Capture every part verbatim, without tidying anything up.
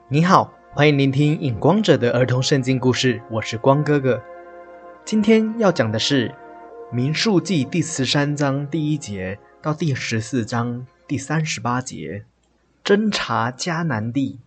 你好，欢迎聆听影光者的儿童圣经故事，我是光哥哥。今天要讲的是民数记第十三章第一节到第十四章第三十八节，侦察迦南地。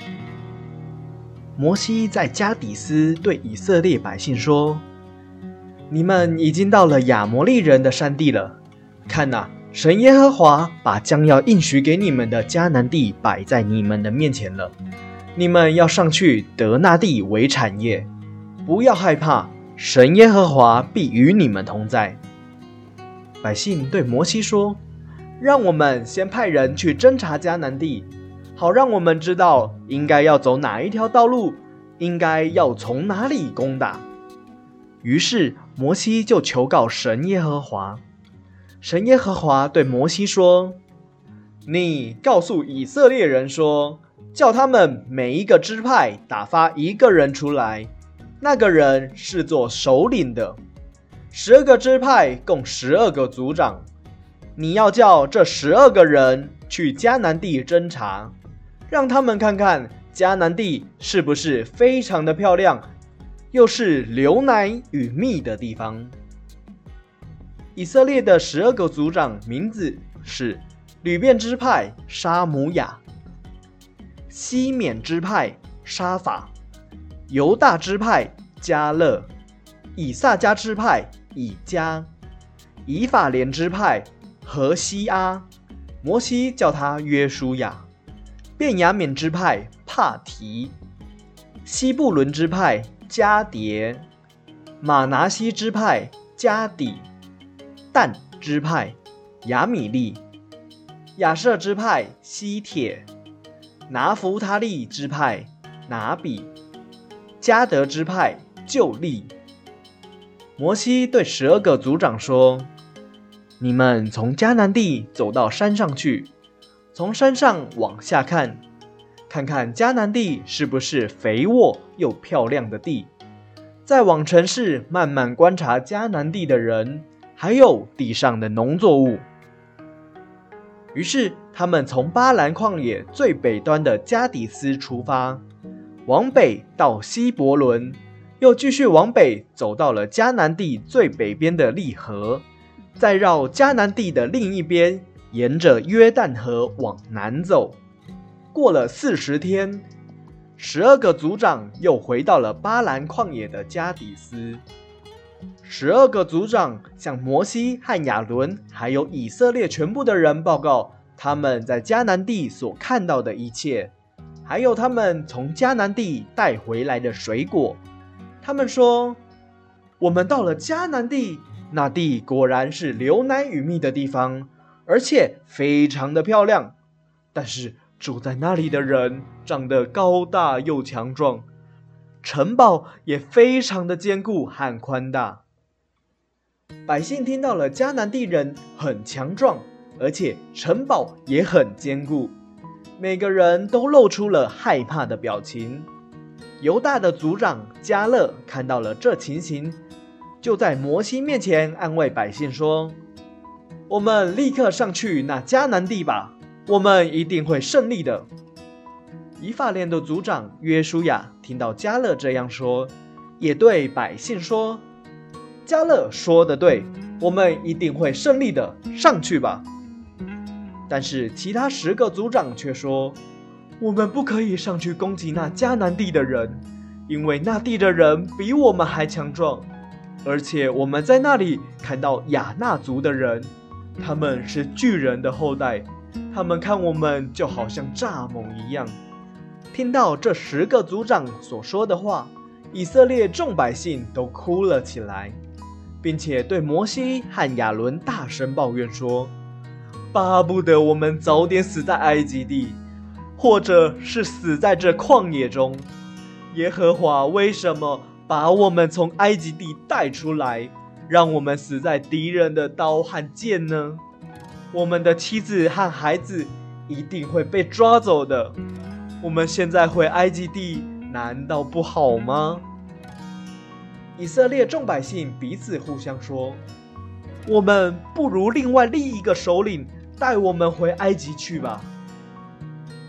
摩西在加底斯对以色列百姓说：你们已经到了亚摩利人的山地了，看哪，神耶和华把将要应许给你们的迦南地摆在你们的面前了。你们要上去得那地为产业，不要害怕，神耶和华必与你们同在。百姓对摩西说：让我们先派人去侦察迦南地，好让我们知道应该要走哪一条道路，应该要从哪里攻打。于是摩西就求告神耶和华。神耶和华对摩西说：你告诉以色列人说，叫他们每一个支派打发一个人出来，那个人是做首领的。十二个支派共十二个族长，你要叫这十二个人去迦南地侦察，让他们看看迦南地是不是非常的漂亮，又是流奶与蜜的地方。以色列的十二个族长名字是吕便支派沙姆亚，西缅支派沙法，犹大支派迦勒，以萨迦支派以迦，以法莲支派何西阿，摩西叫他约书亚，便雅悯支派帕提，西布伦支派迦迭，马拿西支派迦底，但支派亚米利，亚设支派西帖，拿弗他利支派拿比，迦得支派就利。摩西对十二个族长说：你们从迦南地走到山上去，从山上往下看，看看迦南地是不是肥沃又漂亮的地，再往城市慢慢观察迦南地的人，还有地上的农作物。于是他们从巴兰旷野最北端的加底斯出发，往北到希伯伦，又继续往北走到了迦南地最北边的利河，再绕迦南地的另一边，沿着约旦河往南走。过了四十天，十二个族长又回到了巴兰旷野的加底斯。十二个族长向摩西和亚伦还有以色列全部的人报告他们在迦南地所看到的一切，还有他们从迦南地带回来的水果。他们说：我们到了迦南地，那地果然是流奶与蜜的地方，而且非常的漂亮，但是住在那里的人长得高大又强壮，城堡也非常的坚固和宽大。百姓听到了迦南地人很强壮，而且城堡也很坚固，每个人都露出了害怕的表情。犹大的族长迦勒看到了这情形，就在摩西面前安慰百姓说：我们立刻上去那迦南地吧，我们一定会胜利的。以法莲的族长约书亚听到迦勒这样说，也对百姓说：迦勒说得对，我们一定会胜利的，上去吧。但是其他十个族长却说：我们不可以上去攻击那迦南地的人，因为那地的人比我们还强壮，而且我们在那里看到亚衲族的人，他们是巨人的后代，他们看我们就好像蚱蜢一样。听到这十个族长所说的话，以色列众百姓都哭了起来，并且对摩西和亚伦大声抱怨说：巴不得我们早点死在埃及地，或者是死在这旷野中。耶和华为什么把我们从埃及地带出来，让我们死在敌人的刀和剑呢？我们的妻子和孩子一定会被抓走的。我们现在回埃及地，难道不好吗？以色列众百姓彼此互相说：我们不如另外立一个首领，带我们回埃及去吧。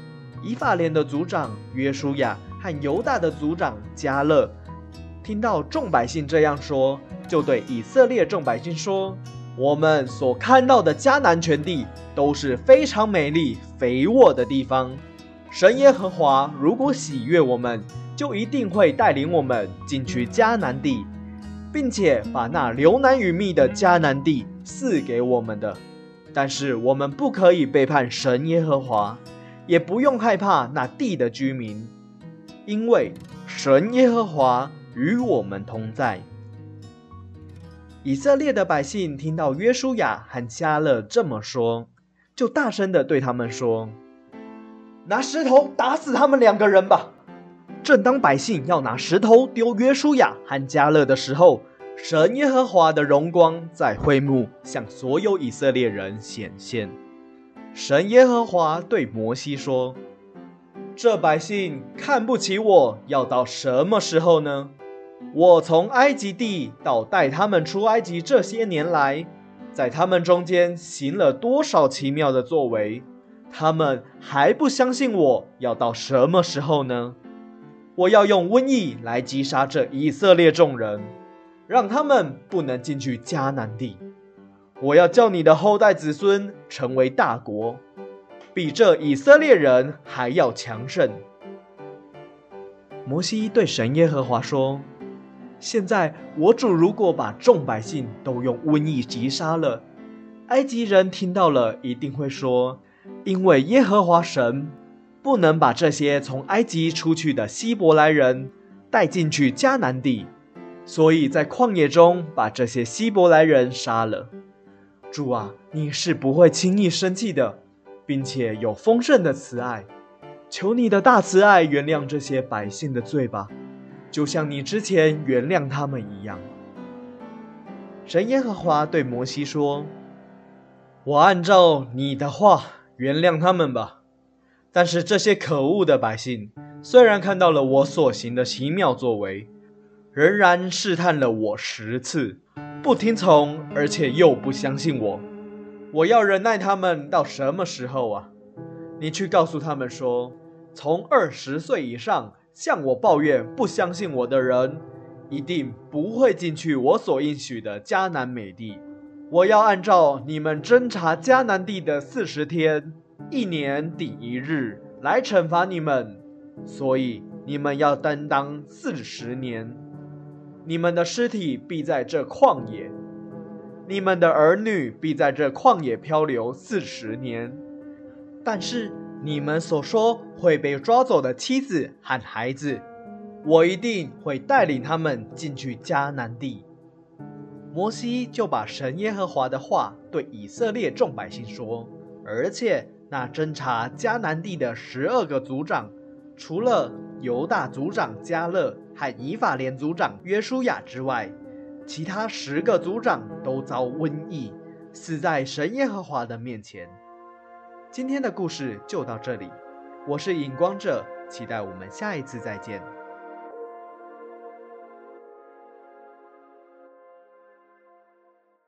以法莲的族长约书亚和犹大的族长迦勒听到众百姓这样说，就对以色列众百姓说：我们所看到的迦南全地都是非常美丽肥沃的地方，神耶和华如果喜悦我们，就一定会带领我们进去迦南地，并且把那流奶与蜜的迦南地赐给我们的。但是我们不可以背叛神耶和华，也不用害怕那地的居民，因为神耶和华与我们同在。以色列的百姓听到约书亚和迦勒这么说，就大声地对他们说：拿石头打死他们两个人吧！正当百姓要拿石头丢约书亚和迦勒的时候，神耶和华的荣光在会幕向所有以色列人显现。神耶和华对摩西说：这百姓看不起我，要到什么时候呢？我从埃及地到带他们出埃及这些年来，在他们中间行了多少奇妙的作为，他们还不相信我，要到什么时候呢？我要用瘟疫来击杀这以色列众人，让他们不能进去迦南地。我要叫你的后代子孙成为大国，比这以色列人还要强盛。摩西对神耶和华说：现在我主如果把众百姓都用瘟疫击杀了，埃及人听到了一定会说，因为耶和华神不能把这些从埃及出去的希伯来人带进去迦南地，所以在旷野中把这些希伯来人杀了。主啊，你是不会轻易生气的，并且有丰盛的慈爱，求你的大慈爱原谅这些百姓的罪吧，就像你之前原谅他们一样。神耶和华对摩西说：我按照你的话原谅他们吧，但是这些可恶的百姓虽然看到了我所行的奇妙作为，仍然试探了我十次，不听从，而且又不相信我。我要忍耐他们到什么时候啊？你去告诉他们说，从二十岁以上向我抱怨不相信我的人，一定不会进去我所应许的迦南美地。我要按照你们侦察迦南地的四十天，一年第一日来惩罚你们，所以你们要担当四十年。你们的尸体必在这旷野，你们的儿女必在这旷野漂流四十年。但是你们所说会被抓走的妻子和孩子，我一定会带领他们进去迦南地。摩西就把神耶和华的话对以色列众百姓说，而且那侦察迦南地的十二个族长，除了犹大族长迦勒和以法莲族长约书亚之外，其他十个族长都遭瘟疫，死在神耶和华的面前。今天的故事就到这里，我是影光者，期待我们下一次再见。